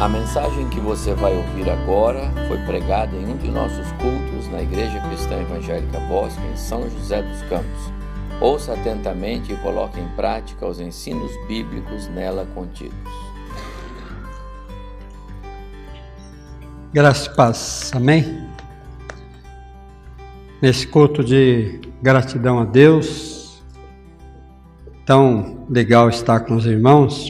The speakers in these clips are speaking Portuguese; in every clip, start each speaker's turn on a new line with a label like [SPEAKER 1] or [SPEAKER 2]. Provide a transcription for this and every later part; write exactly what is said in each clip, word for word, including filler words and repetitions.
[SPEAKER 1] A mensagem que você vai ouvir agora foi pregada em um de nossos cultos na Igreja Cristã Evangélica Bosque, em São José dos Campos. Ouça atentamente e coloque em prática os ensinos bíblicos nela contidos.
[SPEAKER 2] Graça e paz, amém? Nesse culto de gratidão a Deus, tão legal estar com os irmãos.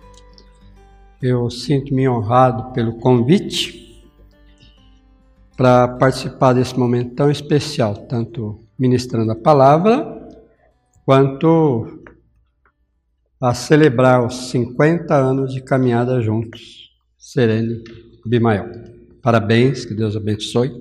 [SPEAKER 2] Eu sinto-me honrado pelo convite para participar desse momento tão especial, tanto ministrando a palavra, quanto a celebrar os cinquenta anos de caminhada juntos, Sirene Abimael. Parabéns, que Deus abençoe.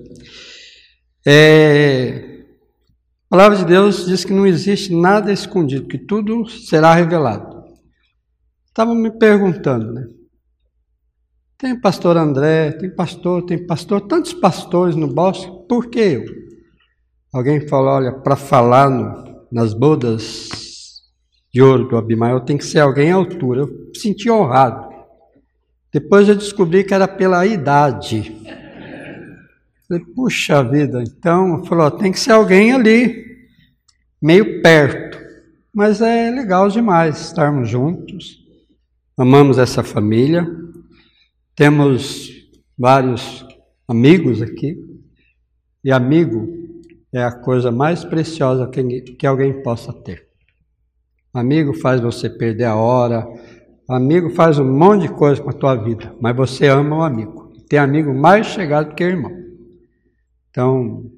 [SPEAKER 2] É, a palavra de Deus diz que não existe nada escondido, que tudo será revelado. Estava me perguntando, né? Tem pastor André, tem pastor, tem pastor, tantos pastores no bosque, por que eu? Alguém falou, olha, para falar no, nas bodas de ouro do Abimael tem que ser alguém à altura. Eu me senti honrado. Depois eu descobri que era pela idade. Falei, puxa vida, então, falou, tem que ser alguém ali, meio perto. Mas é legal demais estarmos juntos, amamos essa família. Temos vários amigos aqui, e amigo é a coisa mais preciosa que, que alguém possa ter. Amigo faz você perder a hora, amigo faz um monte de coisa com a tua vida, mas você ama o amigo. Tem amigo mais chegado que irmão. Então,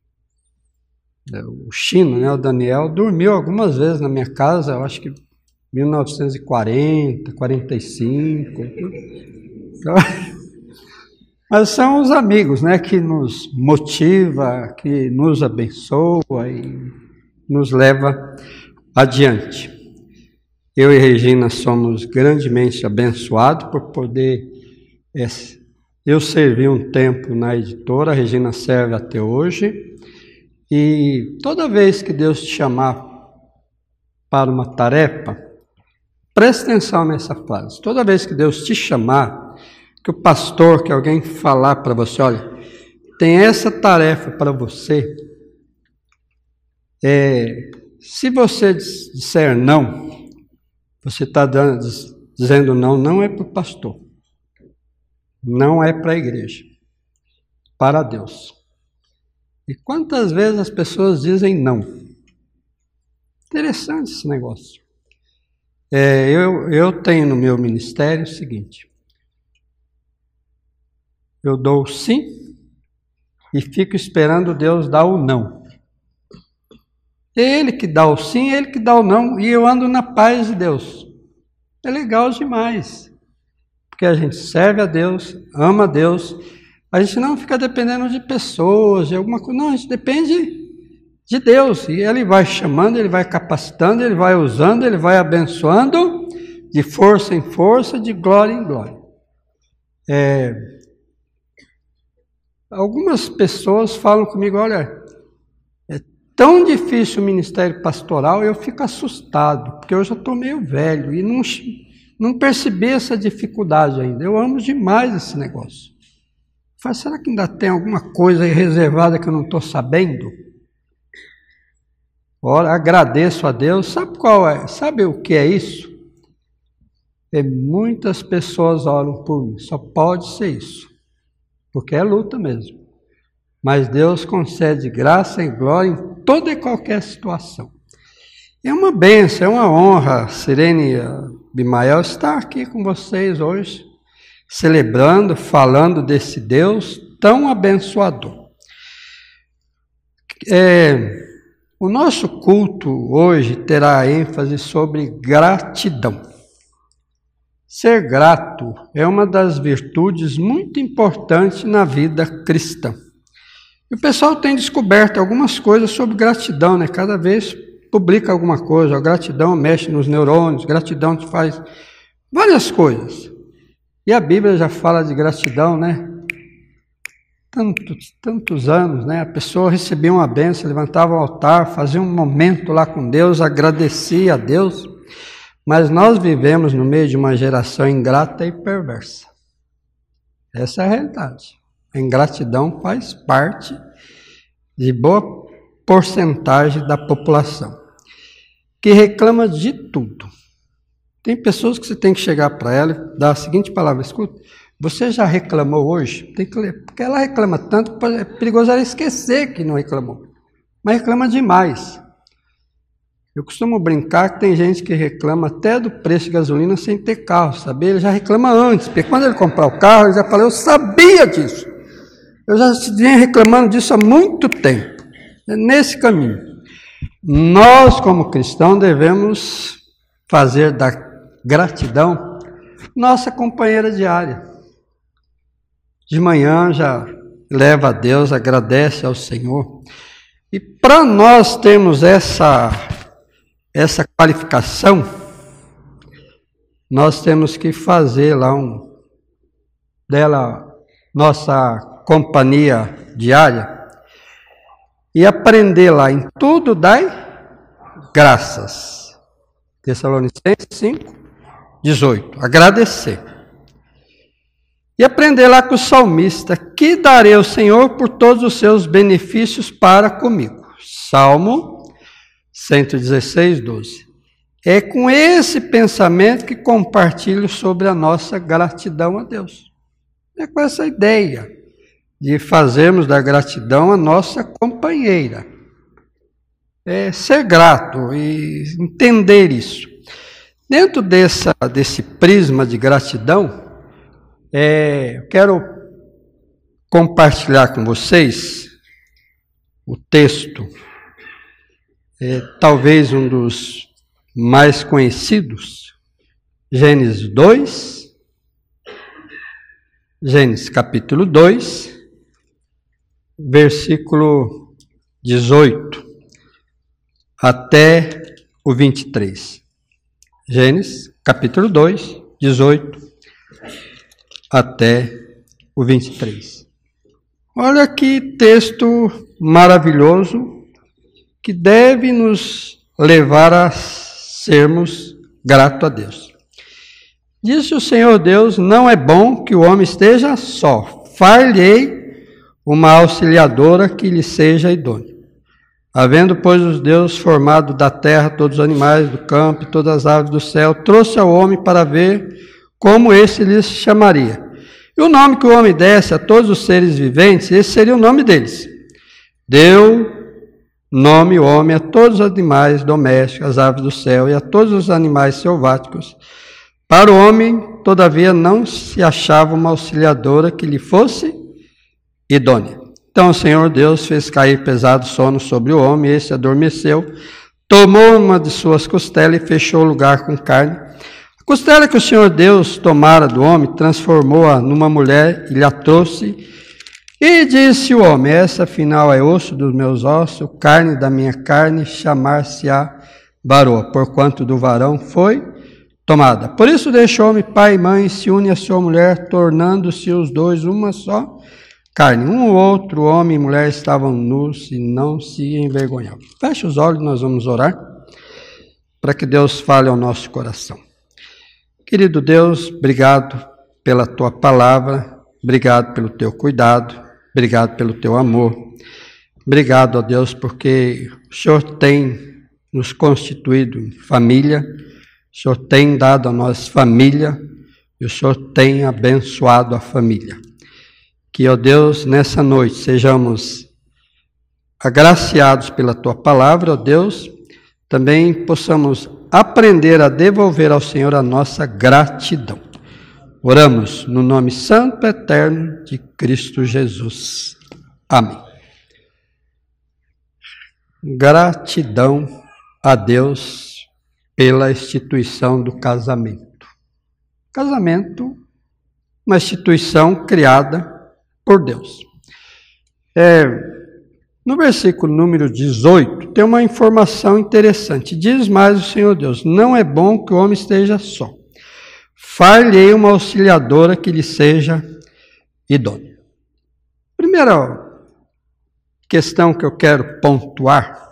[SPEAKER 2] o Chino, né, o Daniel, dormiu algumas vezes na minha casa, eu acho que mil novecentos e quarenta, quarenta e cinco... Mas são os amigos, né, que nos motiva, que nos abençoa e nos leva adiante. Eu e Regina somos grandemente abençoados por poder... É, eu servi um tempo na editora, a Regina serve até hoje, e toda vez que Deus te chamar para uma tarefa, preste atenção nessa frase. Toda vez que Deus te chamar, que o pastor, que alguém falar para você, olha, tem essa tarefa para você, é, se você disser não, você está dizendo não, não é para o pastor, não é para a igreja, para Deus. E quantas vezes as pessoas dizem não? Interessante esse negócio. É, eu, eu tenho no meu ministério o seguinte: eu dou sim e fico esperando Deus dar o não. É Ele que dá o sim, é Ele que dá o não, e eu ando na paz de Deus. É legal demais, porque a gente serve a Deus, ama a Deus, a gente não fica dependendo de pessoas, de alguma coisa, não, a gente depende de Deus, e Ele vai chamando, Ele vai capacitando, Ele vai usando, Ele vai abençoando, de força em força, de glória em glória. É, algumas pessoas falam comigo, olha, é tão difícil o ministério pastoral, eu fico assustado, porque eu já estou meio velho, e não, não percebi essa dificuldade ainda. Eu amo demais esse negócio. Eu falo, será que ainda tem alguma coisa aí reservada que eu não estou sabendo? Ora, agradeço a Deus. Sabe qual é? Sabe o que é isso? É, muitas pessoas oram por mim. Só pode ser isso. Porque é luta mesmo. Mas Deus concede graça e glória em toda e qualquer situação. É uma bênção, é uma honra, Sirene Abimael, estar aqui com vocês hoje, celebrando, falando desse Deus tão abençoador. É... O nosso culto hoje terá ênfase sobre gratidão. Ser grato é uma das virtudes muito importantes na vida cristã. E o pessoal tem descoberto algumas coisas sobre gratidão, né? Cada vez publica alguma coisa. A gratidão mexe nos neurônios, gratidão te faz várias coisas. E a Bíblia já fala de gratidão, né? Tantos, tantos anos, né? A pessoa recebia uma bênção, levantava o altar, fazia um momento lá com Deus, agradecia a Deus. Mas nós vivemos no meio de uma geração ingrata e perversa. Essa é a realidade. A ingratidão faz parte de boa porcentagem da população, que reclama de tudo. Tem pessoas que você tem que chegar para ela e dar a seguinte palavra: escuta, você já reclamou hoje? Tem que ler, porque ela reclama tanto que é perigoso ela esquecer que não reclamou, mas reclama demais. Eu costumo brincar que tem gente que reclama até do preço de gasolina sem ter carro, sabe? Ele já reclama antes, porque quando ele comprar o carro, ele já fala: eu sabia disso, eu já vinha reclamando disso há muito tempo. É nesse caminho. Nós, como cristãos, devemos fazer da gratidão nossa companheira diária. De manhã já leva a Deus, agradece ao Senhor. E para nós termos essa, essa qualificação, nós temos que fazer lá um dela nossa companhia diária e aprender lá em tudo dai graças. Tessalonicenses cinco, dezoito. Agradecer. E aprender lá com o salmista: que darei ao Senhor por todos os seus benefícios para comigo. Salmo cento e dezesseis, doze. É com esse pensamento que compartilho sobre a nossa gratidão a Deus. É com essa ideia de fazermos da gratidão a nossa companheira. É ser grato e entender isso. Dentro dessa, desse prisma de gratidão, é, eu quero compartilhar com vocês o texto, é, talvez um dos mais conhecidos, Gênesis dois, Gênesis capítulo dois, versículo dezoito até o vinte e três. Gênesis capítulo dois, dezoito até o vinte e três. Olha que texto maravilhoso que deve nos levar a sermos gratos a Deus. Disse o Senhor Deus: não é bom que o homem esteja só. Far-lhe-ei uma auxiliadora que lhe seja idônea. Havendo, pois, os deuses formado da terra todos os animais do campo e todas as aves do céu, trouxe ao homem para ver como esse lhes chamaria. E o nome que o homem desse a todos os seres viventes, esse seria o nome deles. Deu nome o homem a todos os animais domésticos, as aves do céu e a todos os animais selváticos. Para o homem, todavia, não se achava uma auxiliadora que lhe fosse idônea. Então o Senhor Deus fez cair pesado sono sobre o homem, e este adormeceu, tomou uma de suas costelas e fechou o lugar com carne. A costela que o Senhor Deus tomara do homem, transformou-a numa mulher e lhe a trouxe. E disse o homem: essa afinal é osso dos meus ossos, carne da minha carne, chamar-se-á varoa, porquanto do varão foi tomada. Por isso deixou o homem pai e mãe, e se une a sua mulher, tornando-se os dois uma só carne. Um ou outro homem e mulher estavam nus e não se envergonhavam. Feche os olhos, nós vamos orar para que Deus fale ao nosso coração. Querido Deus, obrigado pela tua palavra, obrigado pelo teu cuidado, obrigado pelo teu amor. Obrigado, ó Deus, porque o Senhor tem nos constituído em família, o Senhor tem dado a nós família e o Senhor tem abençoado a família. Que, ó Deus, nessa noite sejamos agraciados pela tua palavra, ó Deus, também possamos aprender a devolver ao Senhor a nossa gratidão. Oramos no nome santo e eterno de Cristo Jesus. Amém. Gratidão a Deus pela instituição do casamento. Casamento, uma instituição criada por Deus. É, no versículo número dezoito, tem uma informação interessante. Diz mais o Senhor Deus: não é bom que o homem esteja só. Far-lhe uma auxiliadora que lhe seja idônea. Primeira questão que eu quero pontuar: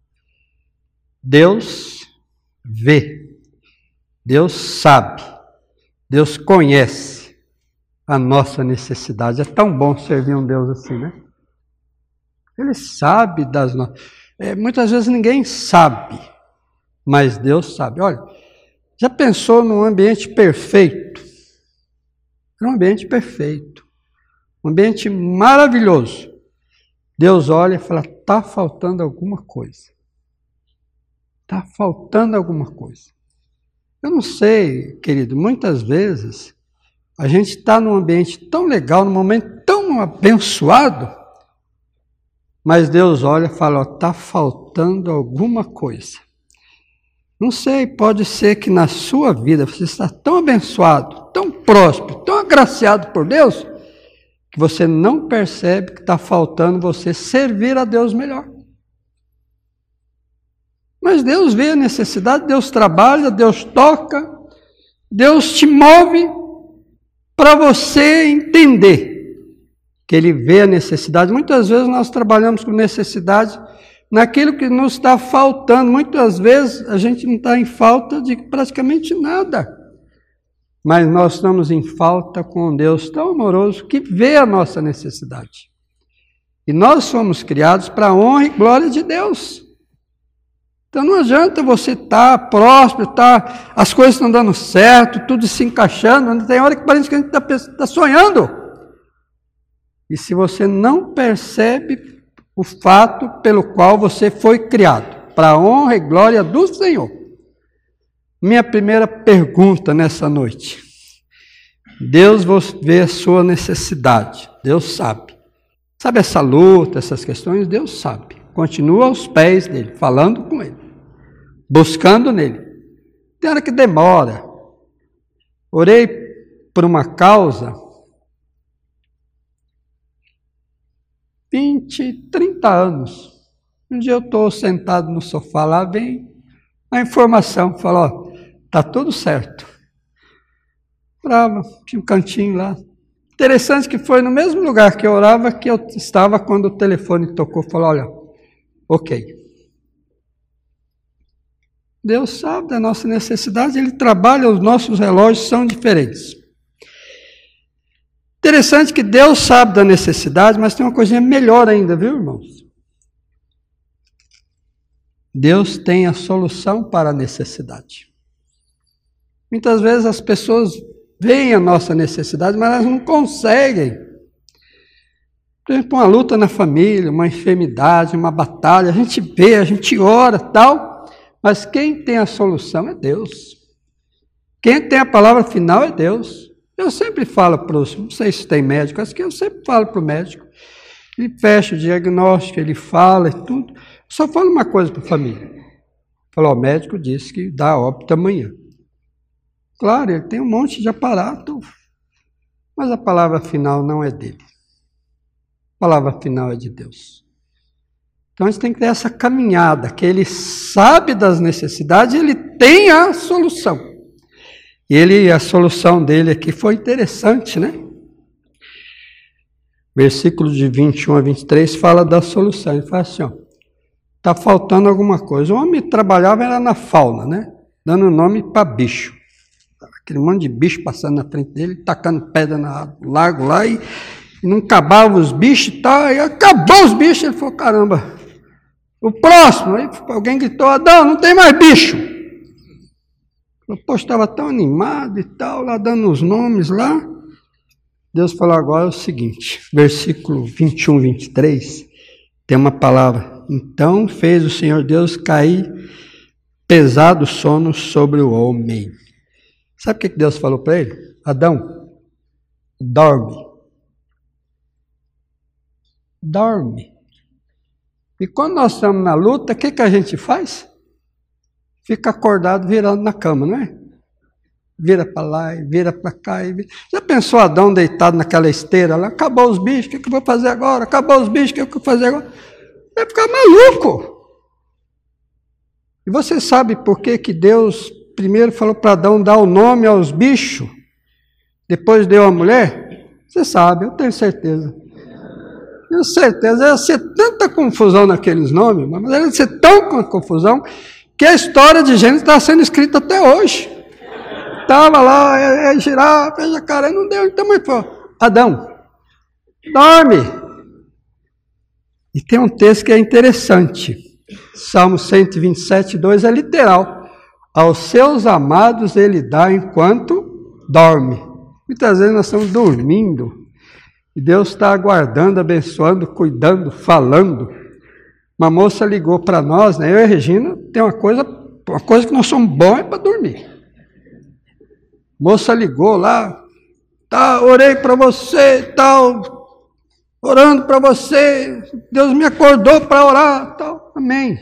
[SPEAKER 2] Deus vê, Deus sabe, Deus conhece a nossa necessidade. É tão bom servir um Deus assim, né? Ele sabe das nossas... É, muitas vezes ninguém sabe, mas Deus sabe. Olha, já pensou num ambiente perfeito? É um ambiente perfeito. Um ambiente maravilhoso. Deus olha e fala, está faltando alguma coisa. Está faltando alguma coisa. Eu não sei, querido, muitas vezes a gente está num ambiente tão legal, num momento tão abençoado, mas Deus olha e fala, está faltando alguma coisa. Não sei, pode ser que na sua vida você está tão abençoado, tão próspero, tão agraciado por Deus, que você não percebe que está faltando você servir a Deus melhor. Mas Deus vê a necessidade, Deus trabalha, Deus toca, Deus te move para você entender que Ele vê a necessidade. Muitas vezes nós trabalhamos com necessidade naquilo que nos está faltando. Muitas vezes a gente não está em falta de praticamente nada. Mas nós estamos em falta com um Deus tão amoroso que vê a nossa necessidade. E nós fomos criados para a honra e glória de Deus. Então não adianta você estar tá próspero, tá, as coisas estão dando certo, tudo se encaixando, tem hora que parece que a gente está tá sonhando. E se você não percebe o fato pelo qual você foi criado, para a honra e glória do Senhor. Minha primeira pergunta nessa noite. Deus vê a sua necessidade, Deus sabe. Sabe essa luta, essas questões? Deus sabe. Continua aos pés dele, falando com ele, buscando nele. Tem hora que demora. Orei por uma causa, vinte, trinta anos. Um dia eu estou sentado no sofá lá, vem a informação, fala, ó, tá tudo certo. Orava, tinha um cantinho lá. Interessante que foi no mesmo lugar que eu orava que eu estava quando o telefone tocou, falou, olha, ok. Deus sabe da nossa necessidade, Ele trabalha, os nossos relógios são diferentes. Interessante que Deus sabe da necessidade, mas tem uma coisinha melhor ainda, viu, irmãos? Deus tem a solução para a necessidade. Muitas vezes as pessoas veem a nossa necessidade, mas elas não conseguem. Por exemplo, uma luta na família, uma enfermidade, uma batalha, a gente vê, a gente ora, tal, mas quem tem a solução é Deus. Quem tem a palavra final é Deus. Eu sempre falo para os, não sei se tem médico, acho que eu sempre falo para o médico, ele fecha o diagnóstico, ele fala e tudo. Só falo uma coisa para a família. Fala, o médico disse que dá óbito amanhã. Claro, ele tem um monte de aparato, mas a palavra final não é dele. A palavra final é de Deus. Então a gente tem que ter essa caminhada, que ele sabe das necessidades e ele tem a solução. E ele, a solução dele aqui foi interessante, né? Versículo de vinte e um a vinte e três fala da solução. Ele fala assim, ó, está faltando alguma coisa. O homem trabalhava era na fauna, né? Dando nome para bicho. Aquele monte de bicho passando na frente dele, tacando pedra no lago lá, e, e não acabava os bichos e tal, e acabou os bichos. Ele falou, caramba, o próximo. Aí alguém gritou, Adão, não tem mais bicho. Ele falou, estava tão animado e tal, lá dando os nomes lá. Deus falou agora é o seguinte, versículo vinte e um, vinte e três, tem uma palavra. Então fez o Senhor Deus cair pesado sono sobre o homem. Sabe o que Deus falou para ele? Adão, dorme. Dorme. E quando nós estamos na luta, o que, que a gente faz? Fica acordado virando na cama, não é? Vira para lá e vira para cá. E vira. Já pensou Adão deitado naquela esteira lá? Acabou os bichos, o que, que eu vou fazer agora? Acabou os bichos, o que, que eu vou fazer agora? Vai ficar maluco. E você sabe por que, que Deus primeiro falou para Adão dar o nome aos bichos, depois deu a mulher? Você sabe, eu tenho certeza. Tenho certeza, ia ser tanta confusão naqueles nomes, mas ia ser tão confusão que a história de Gênesis está sendo escrita até hoje. Estava lá, é, é girafa, é jacaré, não deu, então, mas pô, Adão, dorme. E tem um texto que é interessante. Salmo cento e vinte e sete, dois é literal. Aos seus amados ele dá enquanto dorme. Muitas vezes nós estamos dormindo e Deus está aguardando, abençoando, cuidando, falando. Uma moça ligou para nós, né? Eu e a Regina, tem uma coisa, uma coisa que nós somos bons é para dormir. Moça ligou lá, tá, orei para você, tal, orando para você, Deus me acordou para orar, tal, amém.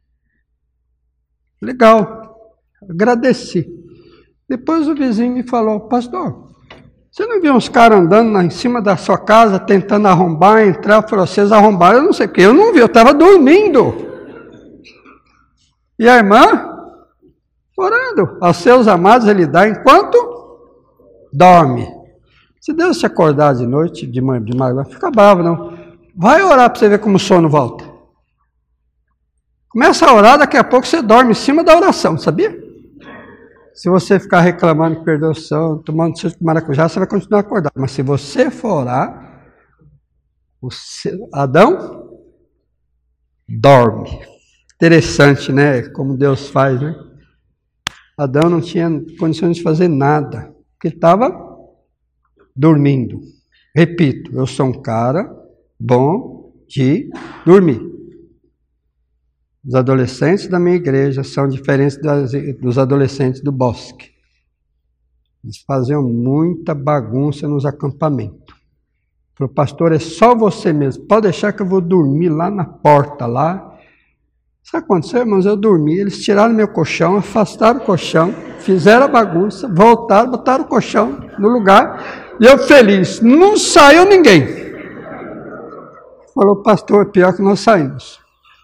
[SPEAKER 2] Legal, agradeci. Depois o vizinho me falou, pastor, você não viu uns caras andando lá em cima da sua casa, tentando arrombar, entrar? Falou, vocês arrombaram, eu não sei o que, eu não vi, eu estava dormindo. E a irmã, orando, aos seus amados ele dá enquanto dorme. Se Deus te acordar de noite, de manhã, de manhã, fica bravo, não. Vai orar para você ver como o sono volta. Começa a orar, daqui a pouco você dorme em cima da oração, sabia? Se você ficar reclamando que perdeu o sono, tomando suco de maracujá, você vai continuar acordado. Mas se você for orar, o seu, Adão dorme. Interessante, né? Como Deus faz, né? Adão não tinha condições de fazer nada, porque ele estava dormindo. Repito, eu sou um cara bom de dormir. Os adolescentes da minha igreja são diferentes das, dos adolescentes do bosque. Eles faziam muita bagunça nos acampamentos. Falei, pastor, é só você mesmo. Pode deixar que eu vou dormir lá na porta, lá. Sabe o que aconteceu, irmãos? Eu dormi, eles tiraram meu colchão, afastaram o colchão, fizeram a bagunça, voltaram, botaram o colchão no lugar, e eu feliz. Não saiu ninguém. Falou, pastor, pior que nós saímos.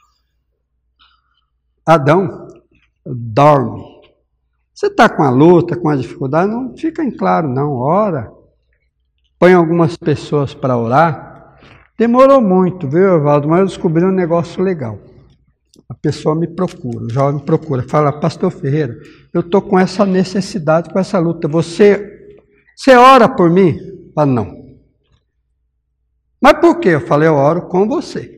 [SPEAKER 2] Adão dorme. Você está com a luta, com a dificuldade, não fica em claro, não. Ora. Põe algumas pessoas para orar. Demorou muito, viu, Evaldo? Mas eu descobri um negócio legal. A pessoa me procura, o jovem me procura, fala, pastor Ferreira, eu estou com essa necessidade, com essa luta. Você, você ora por mim? Fala, não. Mas por quê? Eu falei, eu oro com você.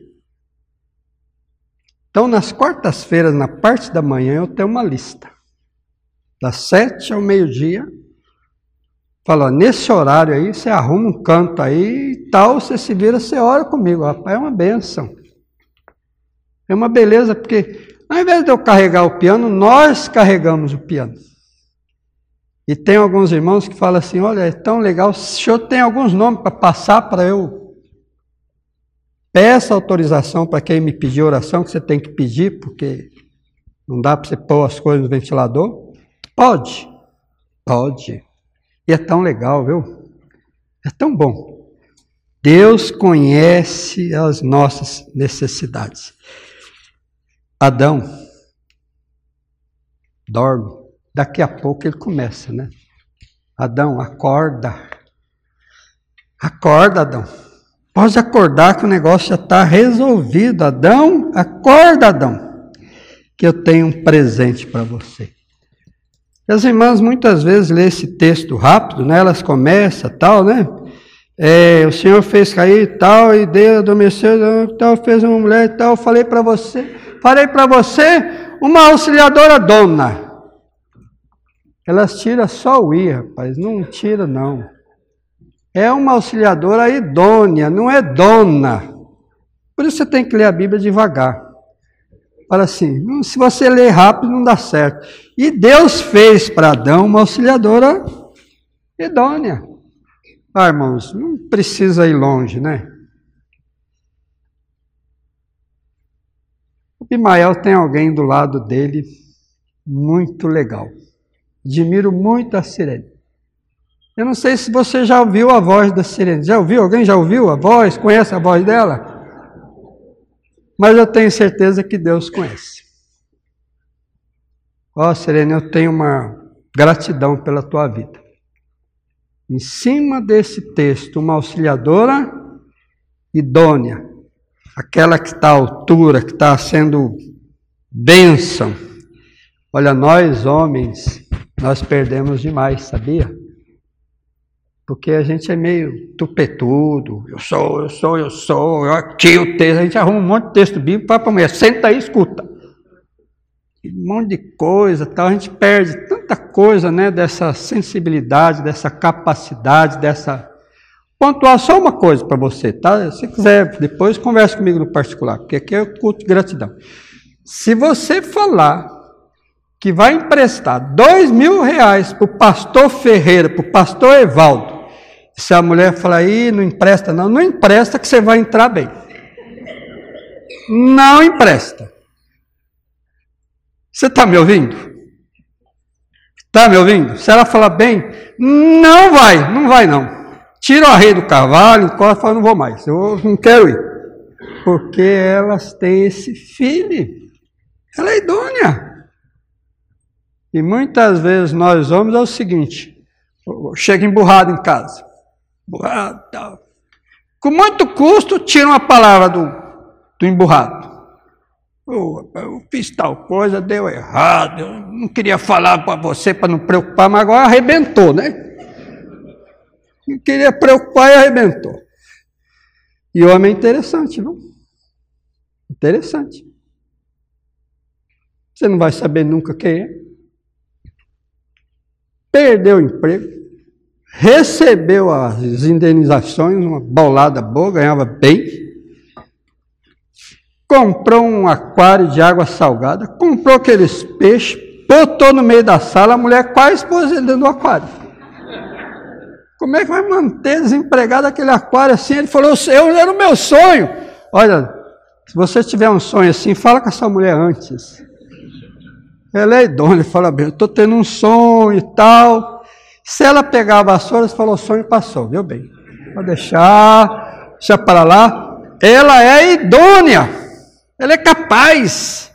[SPEAKER 2] Então, nas quartas-feiras, na parte da manhã, eu tenho uma lista. Das sete ao meio-dia. Falo, ó, nesse horário aí, você arruma um canto aí e tal, você se vira, você ora comigo. Rapaz, é uma bênção. É uma beleza, porque ao invés de eu carregar o piano, nós carregamos o piano. E tem alguns irmãos que falam assim, olha, é tão legal, o senhor tem alguns nomes para passar para eu... Peça autorização para quem me pedir oração, que você tem que pedir, porque não dá para você pôr as coisas no ventilador. Pode, pode. E é tão legal, viu? É tão bom. Deus conhece as nossas necessidades. Adão dorme. Daqui a pouco ele começa, né? Adão, acorda. Acorda, Adão. Pode acordar que o negócio já está resolvido. Adão, acorda, Adão, que eu tenho um presente para você. E as irmãs muitas vezes lêem esse texto rápido, né? Elas começam, tal, né? É, o Senhor fez cair tal, e Deus adormeceu, tal, fez uma mulher tal, falei para você, falei para você, uma auxiliadora dona. Elas tiram só o i, rapaz, não tira não. É uma auxiliadora idônea, não é dona. Por isso você tem que ler a Bíblia devagar. Fala assim, se você ler rápido não dá certo. E Deus fez para Adão uma auxiliadora idônea. Ah, irmãos, não precisa ir longe, né? O Abimael tem alguém do lado dele muito legal. Admiro muito a Sirene. Eu não sei se você já ouviu a voz da Sirene. Já ouviu? Alguém já ouviu a voz? Conhece a voz dela? Mas eu tenho certeza que Deus conhece. Ó, oh, Sirene, eu tenho uma gratidão pela tua vida. Em cima desse texto, uma auxiliadora idônea, aquela que está à altura, que está sendo bênção. Olha, nós homens, nós perdemos demais, sabia? Porque a gente é meio tupetudo, eu sou, eu sou, eu sou, eu aqui o texto, a gente arruma um monte de texto bíblico para a mulher, senta aí e escuta. Um monte de coisa, tal, a gente perde tanta coisa, né, dessa sensibilidade, dessa capacidade, dessa... Pontuar só uma coisa para você, tá? Se quiser, depois converse comigo no particular, porque aqui é o culto de gratidão. Se você falar que vai emprestar dois mil reais para o pastor Ferreira, para o pastor Evaldo, se a mulher falar, aí não empresta não, não empresta que você vai entrar bem. Não empresta. Você está me ouvindo? Está me ouvindo? Se ela falar bem, não vai, não vai não. Tira o arreio do cavalo, encosta e fala, não vou mais, eu não quero ir. Porque elas têm esse filho. Ela é idônea. E muitas vezes nós homens é o seguinte, chega emburrado em casa. Emburrado, tal. Com muito custo, tira uma palavra do, do emburrado. Oh, eu fiz tal coisa, deu errado, eu não queria falar para você para não preocupar, mas agora arrebentou, né? Não queria preocupar e arrebentou. E o homem é interessante, não? Interessante. Você não vai saber nunca quem é. Perdeu o emprego, recebeu as indenizações, uma bolada boa, ganhava bem. Comprou um aquário de água salgada, comprou aqueles peixes, botou no meio da sala, a mulher quase pôs ele dentro do aquário. Como é que vai manter desempregado aquele aquário assim? Ele falou, eu, era o meu sonho. Olha, se você tiver um sonho assim, fala com essa mulher antes. Ela é idônea, ele fala bem, eu estou tendo um sonho e tal. Se ela pegar a vassoura, você falou, o sonho passou, viu bem? Pode deixar, deixa para lá. Ela é idônea, ela é capaz.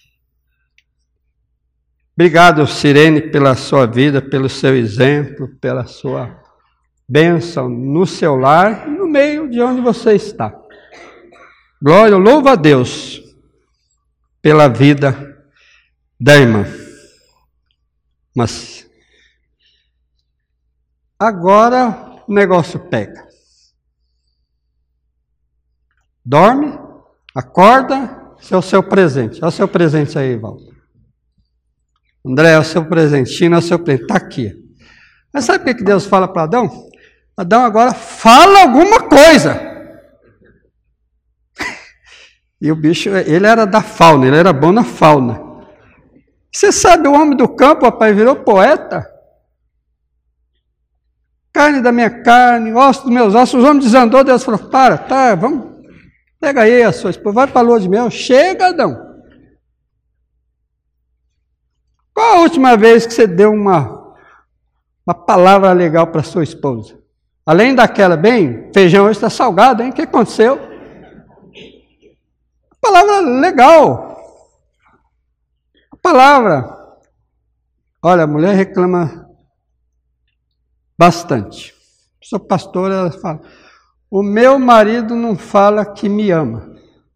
[SPEAKER 2] Obrigado, Sirene, pela sua vida, pelo seu exemplo, pela sua bênção no seu lar e no meio de onde você está. Glória, louva a Deus pela vida da irmã. Mas agora o negócio pega. Dorme, acorda, esse é o seu presente. Olha o seu presente aí, Valdo. André, é o seu presente. China, é o seu presente. Está aqui. Mas sabe o que Deus fala para Adão? Adão agora fala alguma coisa. E o bicho, ele era da fauna, ele era bom na fauna. Você sabe, o homem do campo, rapaz, virou poeta. Carne da minha carne, ossos dos meus ossos. Os homens desandou, Deus falou, para, tá, vamos, pega aí a sua esposa, vai para a lua de mel. Chega, Adão. Qual a última vez que você deu uma, uma palavra legal para sua esposa? Além daquela, bem, feijão hoje está salgado, hein? O que aconteceu? Palavra legal. A palavra. Olha, a mulher reclama bastante. Sou pastora, ela fala, o meu marido não fala que me ama.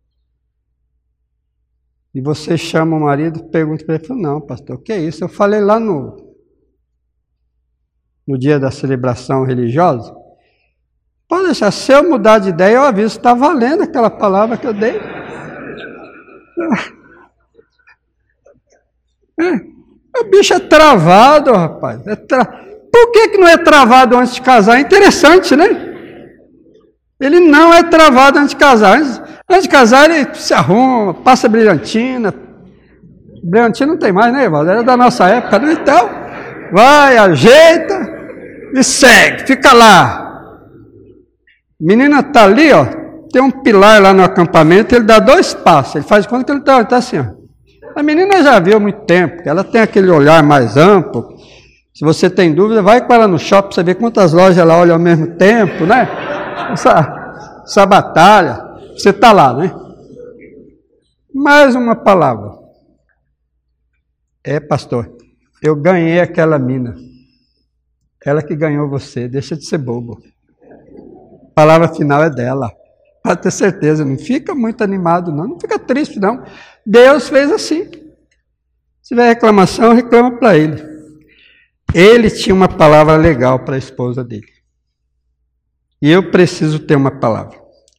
[SPEAKER 2] E você chama o marido, pergunta para ele, fala, não, pastor, o que é isso? Eu falei lá no, no dia da celebração religiosa, pode deixar, se eu mudar de ideia, eu aviso, está valendo aquela palavra que eu dei. É, o bicho é travado, rapaz. É tra... Por que, que não é travado antes de casar? É interessante, né? Ele não é travado antes de casar. Antes, antes de casar, ele se arruma, passa brilhantina. Brilhantina não tem mais, né, Evaldo? Era da nossa época, né? Então, vai, ajeita e segue, fica lá. Menina está ali, ó. Tem um pilar lá no acampamento, ele dá dois passos. Ele faz de conta que ele está tá assim, ó. A menina já viu há muito tempo, ela tem aquele olhar mais amplo. Se você tem dúvida, vai com ela no shopping para você ver quantas lojas ela olha ao mesmo tempo, né? Essa, essa batalha, você está lá, né? Mais uma palavra. É, pastor, eu ganhei aquela mina. Ela que ganhou você, deixa de ser bobo. A palavra final é dela. Pode ter certeza, não fica muito animado não, não fica triste não. Deus fez assim. Se tiver reclamação, reclama para ele. Ele tinha uma palavra legal para a esposa dele. E eu preciso ter uma palavra.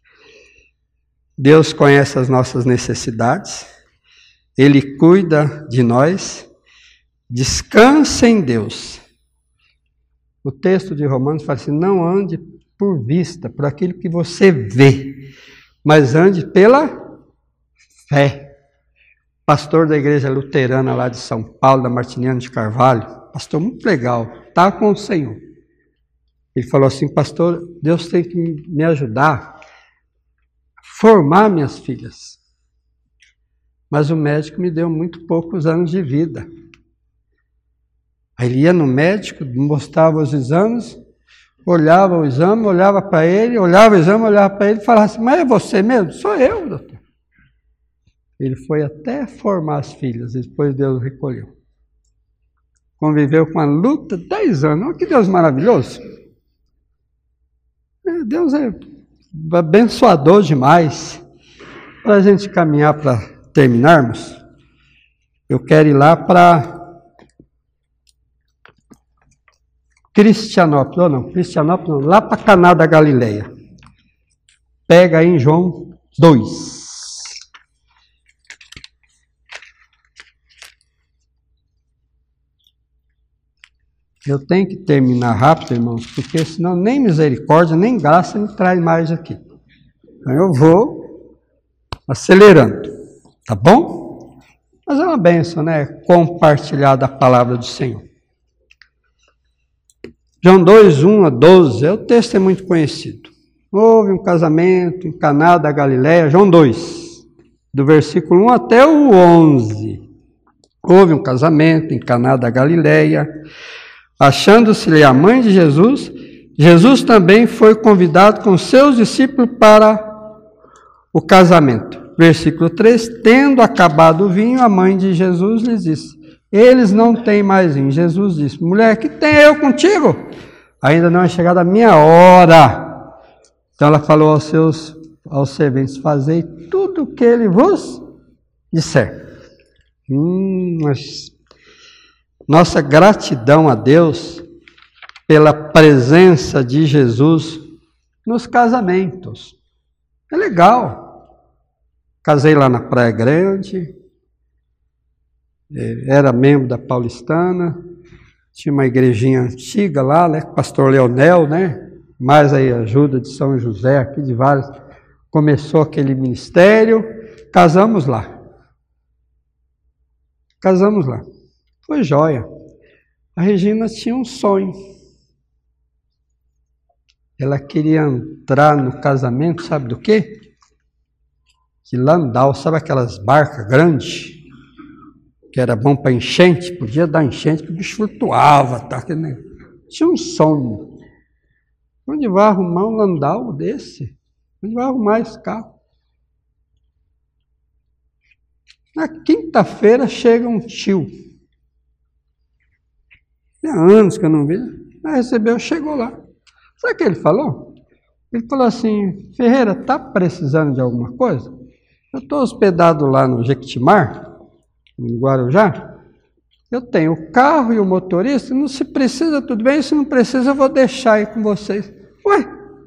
[SPEAKER 2] Deus conhece as nossas necessidades, Ele cuida de nós, descansa em Deus. O texto de Romanos fala assim, não ande por vista, por aquilo que você vê, mas ande pela fé. Pastor da igreja luterana lá de São Paulo, da Martiniano de Carvalho, pastor muito legal, está com o Senhor. Ele falou assim, pastor, Deus tem que me ajudar a formar minhas filhas. Mas o médico me deu muito poucos anos de vida. Aí ele ia no médico, mostrava os exames, olhava o exame, olhava para ele, olhava o exame, olhava para ele e falava assim, mas é você mesmo? Sou eu, doutor. Ele foi até formar as filhas, e depois Deus recolheu. Conviveu com a luta dez anos. Olha que Deus maravilhoso. Deus é abençoador demais. Para a gente caminhar para terminarmos, eu quero ir lá para Cristianópolis, ou não, Cristianópolis não, lá para Caná da Galileia. Pega aí em João dois. Eu tenho que terminar rápido, irmãos, porque senão nem misericórdia, nem graça me traz mais aqui. Então eu vou acelerando, tá bom? Mas é uma bênção, né? Compartilhar da palavra do Senhor. João dois, um a doze, o texto é muito conhecido. Houve um casamento em Caná da Galileia, João dois, do versículo um até o onze. Houve um casamento em Caná da Galileia. Achando-se-lhe a mãe de Jesus, Jesus também foi convidado com seus discípulos para o casamento. Versículo três, tendo acabado o vinho, a mãe de Jesus lhes disse, eles não têm mais vinho. Jesus disse, mulher, que tenho eu contigo? Ainda não é chegada a minha hora. Então ela falou aos seus aos serventes, fazei tudo o que ele vos disser. Hum, mas... Nossa gratidão a Deus pela presença de Jesus nos casamentos. É legal. Casei lá na Praia Grande, era membro da Paulistana, tinha uma igrejinha antiga lá, né, com o pastor Leonel, né, mais aí a ajuda de São José, aqui de vários, começou aquele ministério, casamos lá. Casamos lá. Foi jóia. A Regina tinha um sonho. Ela queria entrar no casamento, sabe do quê? De Landau, sabe aquelas barcas grandes? Que era bom para enchente, podia dar enchente, que o bicho flutuava. Tá? Tinha um sonho. Onde vai arrumar um Landau desse? Onde vai arrumar esse carro? Na quinta-feira chega um tio. Há anos que eu não vi, mas recebeu, chegou lá. Sabe o que ele falou? Ele falou assim, Ferreira, está precisando de alguma coisa? Eu estou hospedado lá no Jequitimar, em Guarujá. Eu tenho o carro e o motorista, não se precisa, tudo bem, se não precisa eu vou deixar aí com vocês. Ué,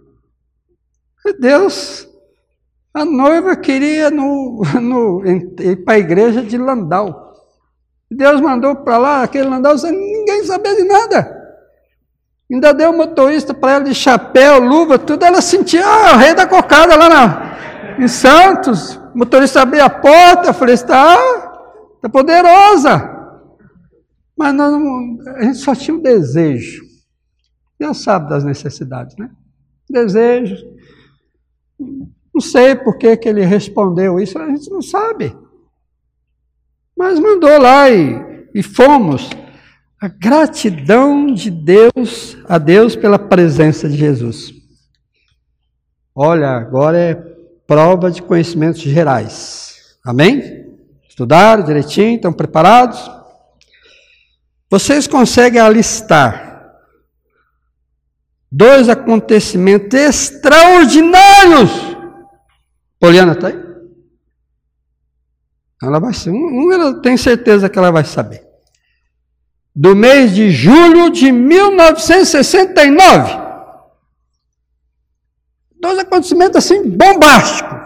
[SPEAKER 2] Deus, a noiva queria no, no, ir para a igreja de Landau. Deus mandou para lá, aquele Landau, sem ninguém saber de nada. Ainda deu um motorista para ela de chapéu, luva, tudo. Ela sentia, ah, o rei da cocada lá na, em Santos. O motorista abriu a porta, eu falei, está, está poderosa. Mas não, a gente só tinha um desejo. Deus sabe das necessidades, né? Desejo. Não sei por que, que ele respondeu isso, a gente não sabe. Mas mandou lá e, e fomos. A gratidão de Deus, a Deus pela presença de Jesus. Olha, agora é prova de conhecimentos gerais. Amém? Estudaram direitinho? Estão preparados? Vocês conseguem alistar dois acontecimentos extraordinários? Poliana está aí? Ela vai ser, um, um ela tem certeza que ela vai saber. Do mês de julho de mil novecentos e sessenta e nove. Dois acontecimentos assim, bombásticos.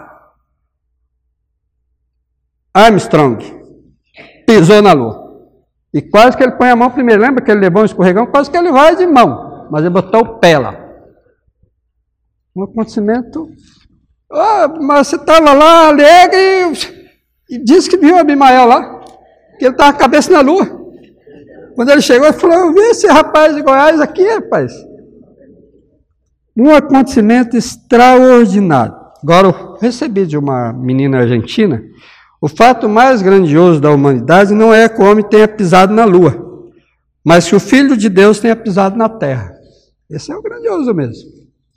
[SPEAKER 2] Armstrong pisou na Lua. E quase que ele põe a mão primeiro. Lembra que ele levou um escorregão? Quase que ele vai de mão. Mas ele botou o pé lá. Um acontecimento... Oh, mas você estava lá alegre e, e disse que viu o Abimael lá. Que ele estava com a cabeça na Lua. Quando ele chegou, ele falou, eu vi esse rapaz de Goiás aqui, rapaz. Um acontecimento extraordinário. Agora, eu recebi de uma menina argentina, o fato mais grandioso da humanidade não é que o homem tenha pisado na Lua, mas que o Filho de Deus tenha pisado na Terra. Esse é o grandioso mesmo.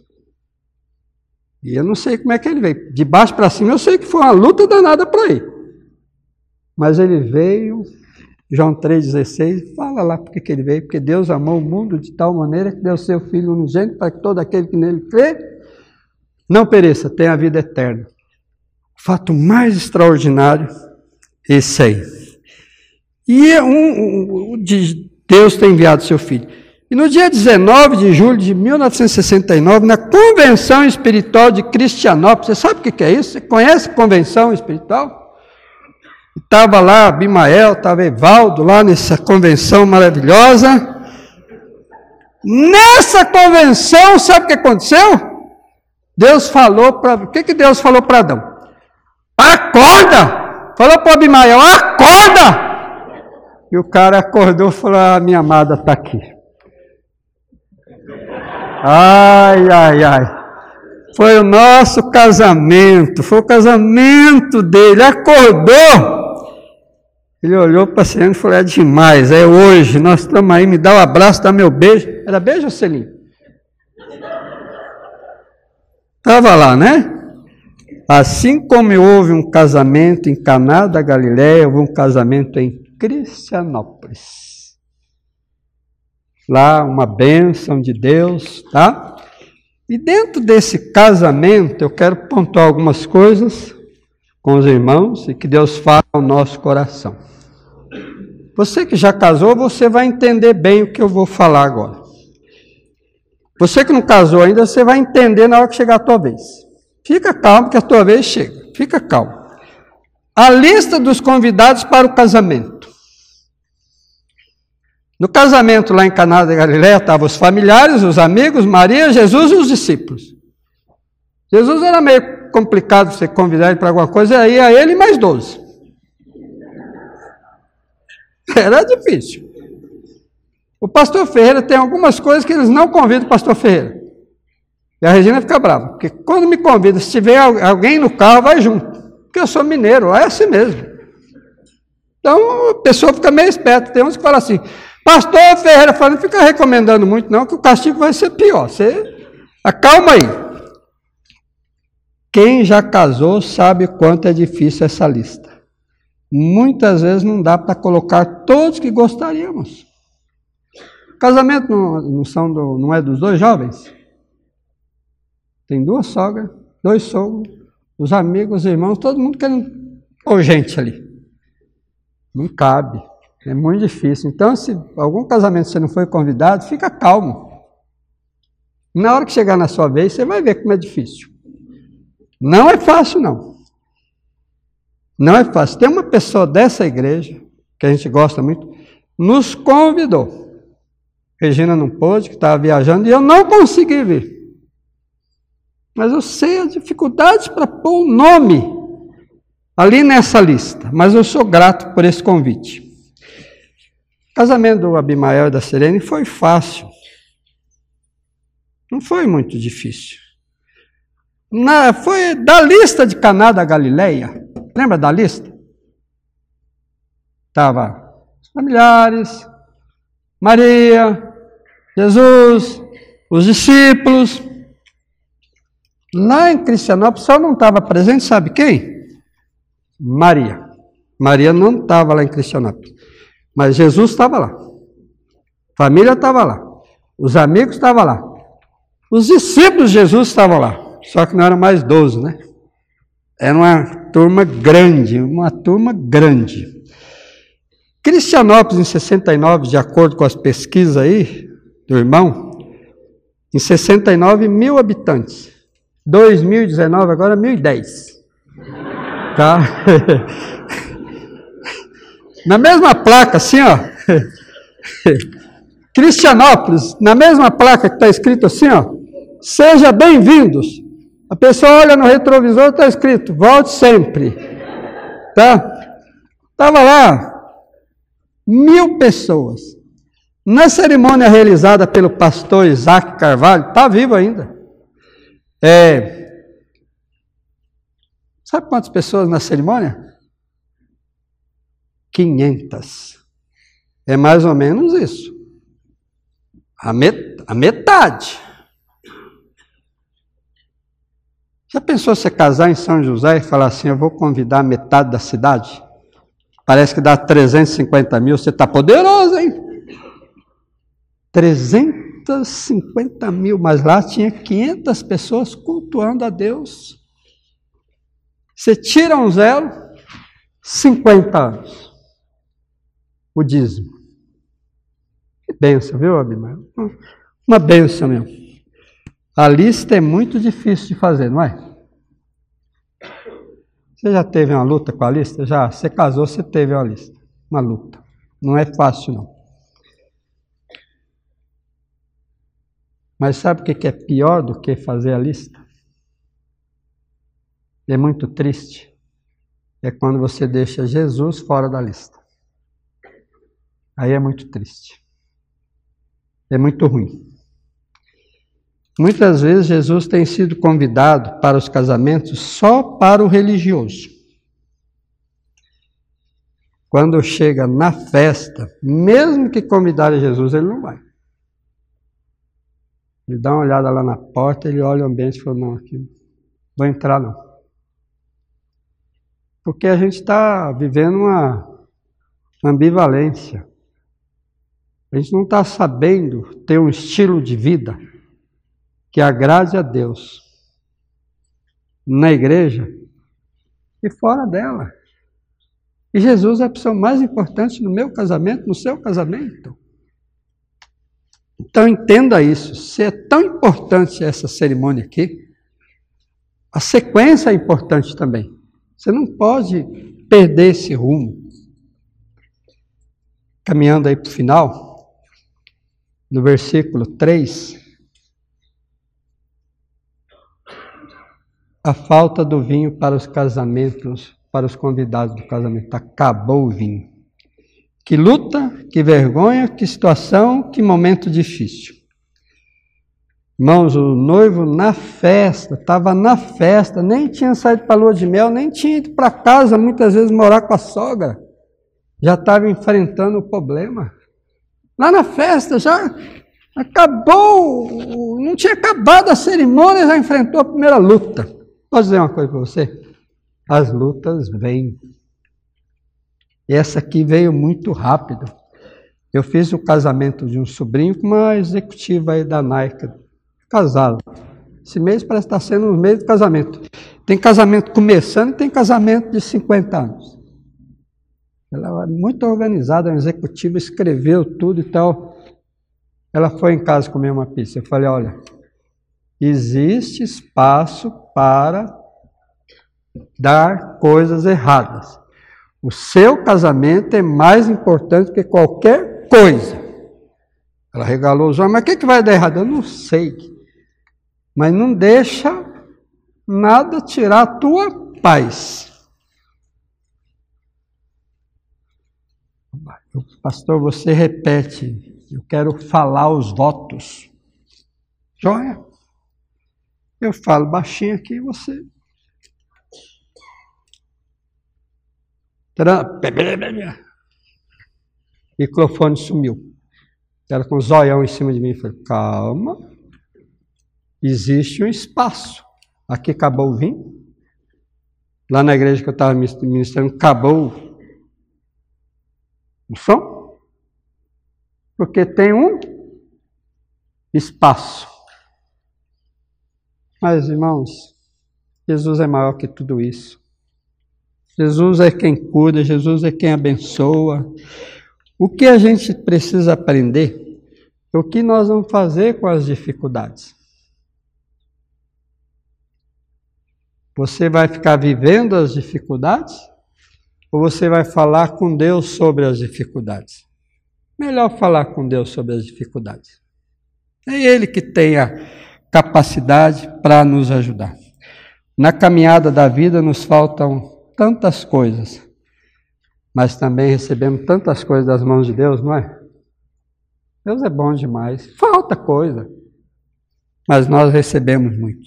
[SPEAKER 2] E eu não sei como é que ele veio. De baixo para cima, eu sei que foi uma luta danada para ir. Mas ele veio... João três, dezesseis, fala lá porque que ele veio, porque Deus amou o mundo de tal maneira que deu seu Filho unigênito para que todo aquele que nele crê não pereça, tenha a vida eterna. O fato mais extraordinário, esse aí. E um, um, de Deus tem enviado seu Filho. E no dia dezenove de julho de mil novecentos e sessenta e nove, na Convenção Espiritual de Cristianópolis, você sabe o que é isso? Você conhece Convenção Espiritual? Estava lá Abimael, estava Evaldo, lá nessa convenção maravilhosa. Nessa convenção, sabe o que aconteceu? Deus falou para... O que, que Deus falou para Adão? Acorda! Falou para Abimael, acorda! E o cara acordou e falou, ah, minha amada está aqui. Ai, ai, ai. Foi o nosso casamento, foi o casamento dele, acordou. Ele olhou para a Celina e falou, é demais, é hoje, nós estamos aí, me dá um abraço, dá meu beijo. Era beijo ou selinho? Estava lá, né? Assim como houve um casamento em Caná da Galileia, houve um casamento em Cristianópolis. Lá, uma bênção de Deus, tá? E dentro desse casamento, eu quero pontuar algumas coisas com os irmãos e que Deus fala ao nosso coração. Você que já casou, você vai entender bem o que eu vou falar agora. Você que não casou ainda, você vai entender na hora que chegar a tua vez. Fica calmo que a tua vez chega. Fica calmo. A lista dos convidados para o casamento. No casamento lá em Caná da Galileia estavam os familiares, os amigos, Maria, Jesus e os discípulos. Jesus era meio complicado você convidar ele para alguma coisa, aí a ele e mais doze. Era difícil. O pastor Ferreira tem algumas coisas que eles não convidam o pastor Ferreira. E a Regina fica brava, porque quando me convida, se tiver alguém no carro, vai junto. Porque eu sou mineiro, é assim mesmo. Então a pessoa fica meio esperta. Tem uns que falam assim, pastor Ferreira, fala, não fica recomendando muito não, que o castigo vai ser pior. Você acalma aí. Quem já casou sabe o quanto é difícil essa lista. Muitas vezes não dá para colocar todos que gostaríamos. Casamento não, não, são do, não é dos dois jovens? Tem duas sogras, dois sogros, os amigos, os irmãos, todo mundo querendo pôr gente ali. Não cabe, é muito difícil. Então, se algum casamento você não foi convidado, fica calmo. Na hora que chegar na sua vez, você vai ver como é difícil. Não é fácil, não. Não é fácil. Tem uma pessoa dessa igreja, que a gente gosta muito, nos convidou. Regina não pôde, que estava viajando, e eu não consegui vir. Mas eu sei as dificuldades para pôr o nome ali nessa lista. Mas eu sou grato por esse convite. O casamento do Abimael e da Serene foi fácil. Não foi muito difícil. Na, foi da lista de Caná da Galileia. Lembra da lista? Estava os familiares, Maria, Jesus, os discípulos. Lá em Cristianópolis só não estava presente, sabe quem? Maria. Maria não estava lá em Cristianópolis. Mas Jesus estava lá. A família estava lá. Os amigos estavam lá. Os discípulos de Jesus estavam lá. Só que não eram mais doze, né? Era uma turma grande, uma turma grande. Cristianópolis, em sessenta e nove, de acordo com as pesquisas aí, do irmão, em sessenta e nove, mil habitantes. dois mil e dezenove, agora mil e dez. Tá? Na mesma placa, assim, ó. Cristianópolis, na mesma placa que está escrito assim, ó. Seja bem-vindos. A pessoa olha no retrovisor, está escrito, volte sempre. Tá? Estava lá, mil pessoas. Na cerimônia realizada pelo pastor Isaac Carvalho, está vivo ainda. É, sabe quantas pessoas na cerimônia? quinhentas. É mais ou menos isso. A, met, a metade. Já pensou você casar em São José e falar assim, eu vou convidar a metade da cidade? Parece que dá trezentos e cinquenta mil, você está poderoso, hein? trezentos e cinquenta mil, mas lá tinha quinhentas pessoas cultuando a Deus. Você tira um zero, cinquenta anos. O dízimo. Que bênção, viu, Abimael? Uma bênção mesmo. A lista é muito difícil de fazer, não é? Você já teve uma luta com a lista? Já. Você casou, você teve uma lista. Uma luta. Não é fácil, não. Mas sabe o que é pior do que fazer a lista? É muito triste. É quando você deixa Jesus fora da lista. Aí é muito triste. É muito ruim. Muitas vezes Jesus tem sido convidado para os casamentos só para o religioso. Quando chega na festa, mesmo que convidarem Jesus, ele não vai. Ele dá uma olhada lá na porta, ele olha o ambiente e fala, não, aqui não vou entrar não. Porque a gente está vivendo uma ambivalência. A gente não está sabendo ter um estilo de vida que agrade a Deus na igreja e fora dela. E Jesus é a pessoa mais importante no meu casamento, no seu casamento. Então entenda isso. Se é tão importante essa cerimônia aqui, a sequência é importante também. Você não pode perder esse rumo. Caminhando aí para o final, no versículo três, a falta do vinho para os casamentos, para os convidados do casamento. Acabou o vinho. Que luta, que vergonha, que situação, que momento difícil. Irmãos, o noivo na festa, estava na festa, nem tinha saído para a lua de mel, nem tinha ido para casa, muitas vezes morar com a sogra. Já estava enfrentando o problema. Lá na festa, já acabou, não tinha acabado a cerimônia, já enfrentou a primeira luta. Posso dizer uma coisa para você? As lutas vêm. E essa aqui veio muito rápido. Eu fiz o casamento de um sobrinho com uma executiva aí da Nike, casado. Esse mês parece estar sendo um mês de casamento. Tem casamento começando e tem casamento de cinquenta anos. Ela é muito organizada, uma executiva, escreveu tudo e tal. Ela foi em casa comer uma pizza. Eu falei, olha, existe espaço para dar coisas erradas. O seu casamento é mais importante que qualquer coisa. Ela regalou os olhos, mas o que, que vai dar errado? Eu não sei. Mas não deixa nada tirar a tua paz. Pastor, você repete, eu quero falar os votos. Joia? Eu falo baixinho aqui e você... O microfone sumiu. Ela com o zoião em cima de mim e falou, calma, existe um espaço. Aqui acabou o vinho. Lá na igreja que eu estava ministrando, acabou o som. Porque tem um espaço. Mas, irmãos, Jesus é maior que tudo isso. Jesus é quem cuida, Jesus é quem abençoa. O que a gente precisa aprender é o que nós vamos fazer com as dificuldades. Você vai ficar vivendo as dificuldades? Ou você vai falar com Deus sobre as dificuldades? Melhor falar com Deus sobre as dificuldades. É Ele que tem a capacidade para nos ajudar. Na caminhada da vida nos faltam tantas coisas, mas também recebemos tantas coisas das mãos de Deus, não é? Deus é bom demais. Falta coisa, mas nós recebemos muito.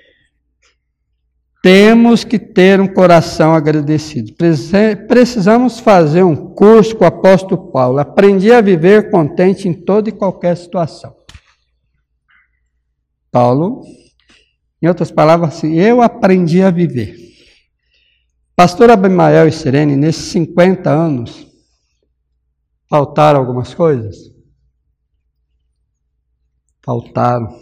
[SPEAKER 2] Temos que ter um coração agradecido. Precisamos fazer um curso com o apóstolo Paulo. Aprendi a viver contente em toda e qualquer situação. Paulo, em outras palavras, assim, eu aprendi a viver. Pastor Abimael e Sirene, nesses cinquenta anos, faltaram algumas coisas? Faltaram.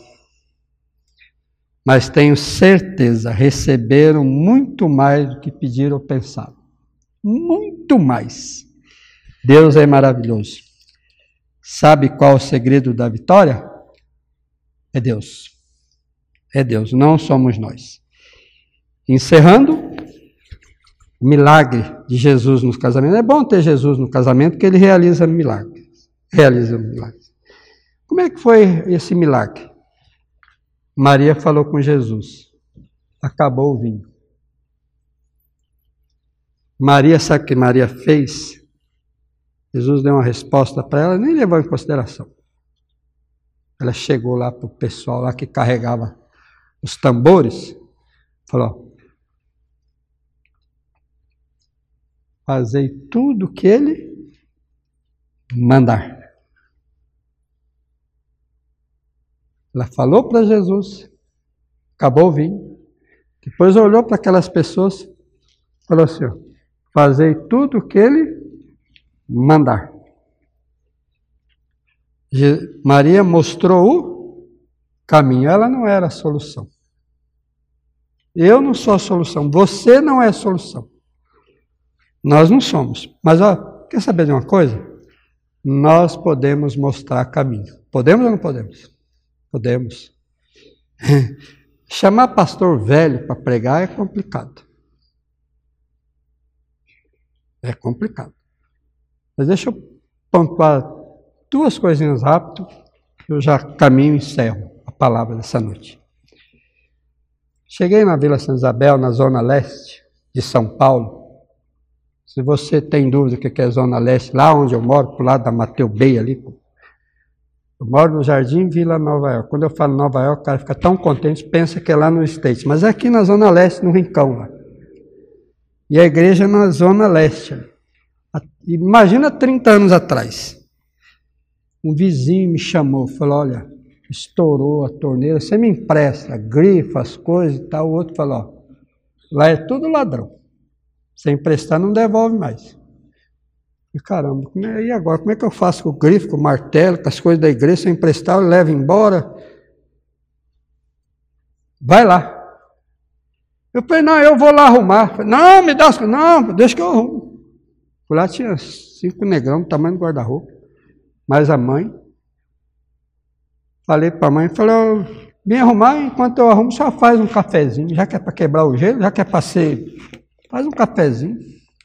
[SPEAKER 2] Mas tenho certeza, receberam muito mais do que pediram ou pensaram. Muito mais. Deus é maravilhoso. Sabe qual o segredo da vitória? É Deus. É Deus, não somos nós. Encerrando, o milagre de Jesus nos casamentos. É bom ter Jesus no casamento, porque ele realiza milagres. Realiza milagres. Como é que foi esse milagre? Maria falou com Jesus. Acabou o vinho. Maria, sabe o que Maria fez? Jesus deu uma resposta para ela, nem levou em consideração. Ela chegou lá para o pessoal lá que carregava os tambores, falou, fazei tudo o que ele mandar. Ela falou para Jesus, acabou o vinho, depois olhou para aquelas pessoas, falou assim, ó, fazei tudo o que ele mandar. Maria mostrou o caminho, ela não era a solução. Eu não sou a solução, você não é a solução. Nós não somos. Mas, ó, quer saber de uma coisa? Nós podemos mostrar caminho. Podemos ou não podemos? Podemos. Chamar pastor velho para pregar é complicado. É complicado. Mas deixa eu pontuar duas coisinhas rápido, que eu já caminho e encerro a palavra dessa noite. Cheguei na Vila Santa Isabel, na zona leste de São Paulo. Se você tem dúvida do que é zona leste, lá onde eu moro, pro lado da Mateu Bay ali, eu moro no Jardim Vila Nova York. Quando eu falo Nova York, o cara fica tão contente, pensa que é lá no States, mas é aqui na zona leste, no Rincão lá. E a igreja é na zona leste. Imagina trinta anos atrás. Um vizinho me chamou, falou, olha, estourou a torneira, você me empresta, grifa, as coisas e tal. O outro falou, ó, lá é tudo ladrão. Se emprestar, não devolve mais. E caramba, e agora? Como é que eu faço com o grifo, com o martelo, com as coisas da igreja? Se eu emprestar, eu levo embora. Vai lá. Eu falei, não, eu vou lá arrumar. Falei, não, me dá as coisas. Não, deixa que eu arrumo. Por lá tinha cinco negrão do tamanho do guarda-roupa. Mas a mãe. Falei para a mãe, falei, oh, vem arrumar, enquanto eu arrumo, só faz um cafezinho. Já que é para quebrar o gelo, já que é para ser... Faz um cafezinho.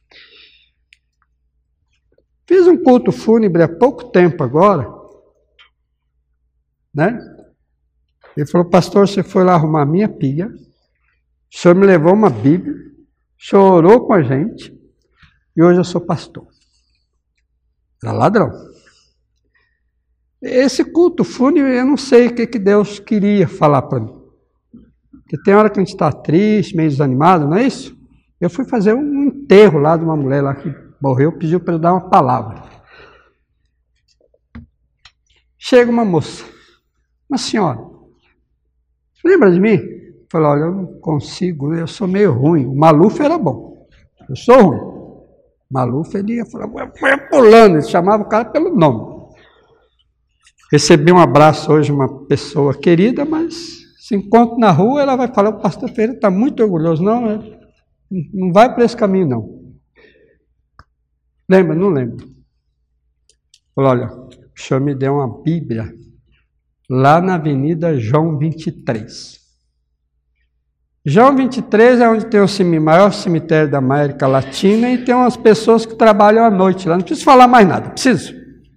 [SPEAKER 2] Fiz um culto fúnebre há pouco tempo agora, né? Ele falou, pastor, você foi lá arrumar a minha pia, o senhor me levou uma Bíblia, o senhor orou com a gente, e hoje eu sou pastor. Era ladrão. Esse culto fúnebre, eu não sei o que, que Deus queria falar para mim. Porque tem hora que a gente está triste, meio desanimado, não é isso? Eu fui fazer um enterro lá de uma mulher lá que morreu, pediu para eu dar uma palavra. Chega uma moça, uma senhora, lembra de mim? Falou, olha, eu não consigo, eu sou meio ruim. O Maluf era bom, eu sou ruim. O Maluf, ele ia falar, foi pulando, ele chamava o cara pelo nome. Recebi um abraço hoje de uma pessoa querida, mas se encontra na rua, ela vai falar, o pastor Ferreira está muito orgulhoso. Não, não vai para esse caminho, não. Lembra? Não lembro. Falou, olha, o senhor me deu uma Bíblia lá na Avenida João vinte e três. João vinte e três é onde tem o maior cemitério da América Latina e tem umas pessoas que trabalham à noite lá. Não preciso falar mais nada, preciso.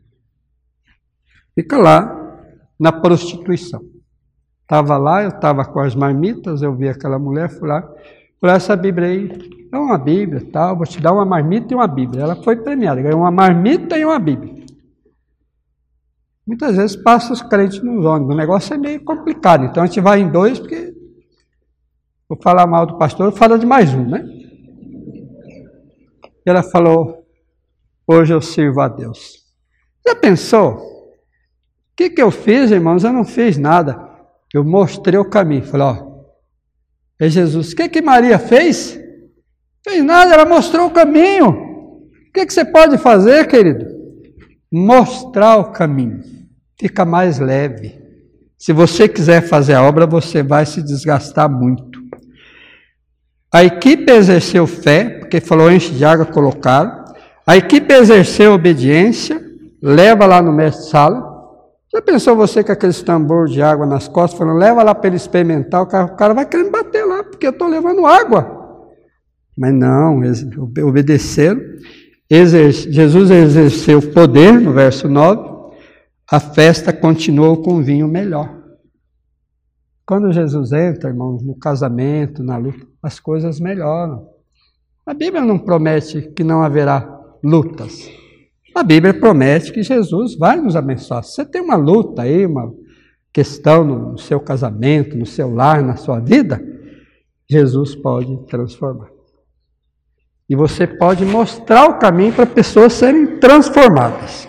[SPEAKER 2] Fica lá na prostituição. Estava lá, eu estava com as marmitas, eu vi aquela mulher, fui lá, falei, essa Bíblia aí é uma Bíblia, tal, vou te dar uma marmita e uma Bíblia. Ela foi premiada, ganhou uma marmita e uma Bíblia. Muitas vezes passa os crentes nos ônibus, o negócio é meio complicado, então a gente vai em dois, porque vou falar mal do pastor, fala de mais um, né? E ela falou, hoje eu sirvo a Deus. Já pensou? O que, que eu fiz, irmãos? Eu não fiz nada. Eu mostrei o caminho. Falei, ó, é Jesus. O que, que Maria fez? Fez nada, ela mostrou o caminho. O que, que você pode fazer, querido? Mostrar o caminho. Fica mais leve. Se você quiser fazer a obra, você vai se desgastar muito. A equipe exerceu fé, porque falou enche de água, colocaram. A equipe exerceu obediência, leva lá no mestre-sala. Já pensou você com aqueles tambor de água nas costas, falando, leva lá para ele experimentar, o cara, o cara vai querer me bater lá, porque eu estou levando água. Mas não, obedeceram. Exerce, Jesus exerceu poder, no verso nove, a festa continuou com vinho melhor. Quando Jesus entra, irmãos, no casamento, na luta, as coisas melhoram. A Bíblia não promete que não haverá lutas. A Bíblia promete que Jesus vai nos abençoar. Se você tem uma luta aí, uma questão no seu casamento, no seu lar, na sua vida, Jesus pode transformar. E você pode mostrar o caminho para pessoas serem transformadas.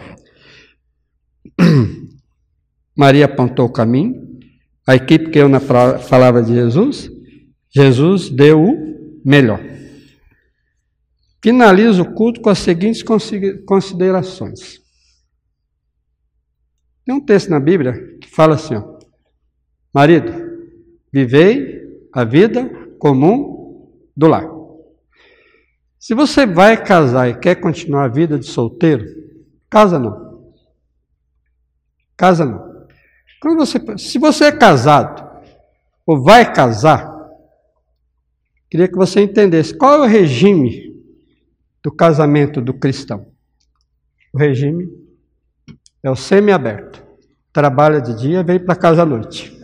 [SPEAKER 2] Maria apontou o caminho. A equipe que eu na palavra de Jesus, Jesus deu o melhor. Finalizo o culto com as seguintes considerações. Tem um texto na Bíblia que fala assim, ó, marido, vivei a vida comum do lar. Se você vai casar e quer continuar a vida de solteiro, casa não. Casa não. Quando você, se você é casado ou vai casar, queria que você entendesse qual é o regime do casamento do cristão. O regime é o semi-aberto. Trabalha de dia, vem para casa à noite.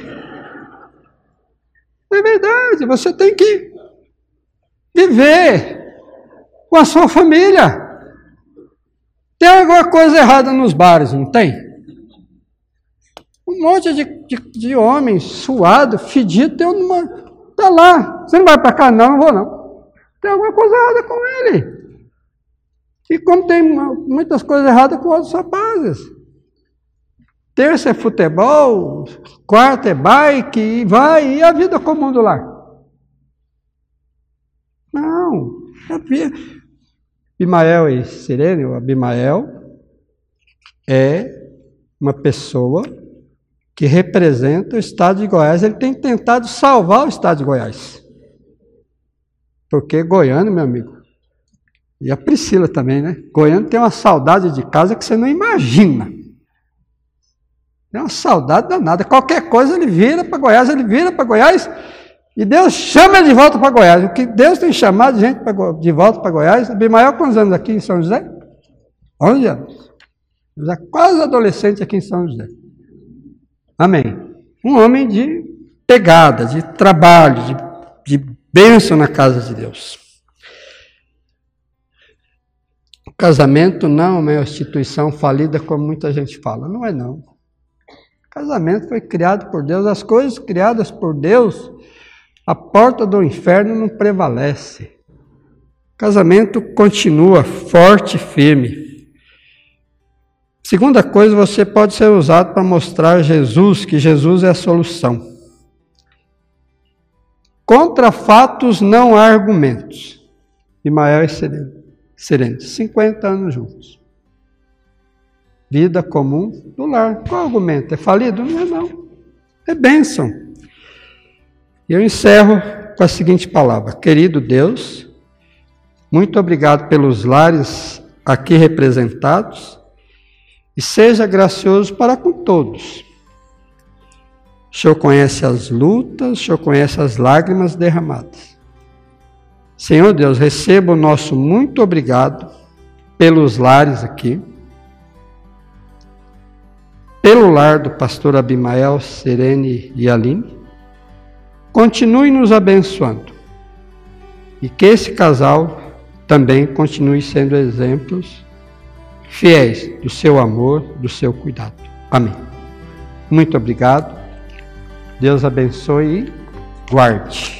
[SPEAKER 2] É verdade, você tem que viver com a sua família. Tem alguma coisa errada nos bares, não tem? Um monte de, de, de homens suado, fedido, tem uma... Tá lá, você não vai para cá? Não, não vou não. Tem alguma coisa errada com ele. E como tem muitas coisas erradas com outros rapazes. Terça é futebol, quarta é bike, e vai, e a vida comum do lar? Não. Abimael e Sirene, o Abimael, é uma pessoa que representa o estado de Goiás. Ele tem tentado salvar o estado de Goiás. Porque Goiânia, meu amigo, e a Priscila também, né? Goiânia tem uma saudade de casa que você não imagina. É uma saudade danada. Qualquer coisa ele vira para Goiás, ele vira para Goiás e Deus chama ele de volta para Goiás. O que Deus tem chamado de gente pra, de volta para Goiás. Abimael, quantos anos aqui em São José? onze anos. Já quase adolescente aqui em São José. Amém. Um homem de pegada, de trabalho, de, de bênção na casa de Deus. O casamento não é uma instituição falida como muita gente fala. Não é não. O casamento foi criado por Deus. As coisas criadas por Deus, a porta do inferno não prevalece. O casamento continua forte e firme. Segunda coisa, você pode ser usado para mostrar Jesus, que Jesus é a solução. Contra fatos não há argumentos. Abimael e Sirene, cinquenta anos juntos. Vida comum do lar. Qual argumento? É falido? Não é não. É bênção. E eu encerro com a seguinte palavra. Querido Deus, muito obrigado pelos lares aqui representados. E seja gracioso para com todos. O Senhor conhece as lutas, o Senhor conhece as lágrimas derramadas. Senhor Deus, receba o nosso muito obrigado pelos lares aqui, pelo lar do pastor Abimael, Serene e Aline. Continue nos abençoando e que esse casal também continue sendo exemplos fiéis do seu amor, do seu cuidado. Amém. Muito obrigado. Deus abençoe e guarde.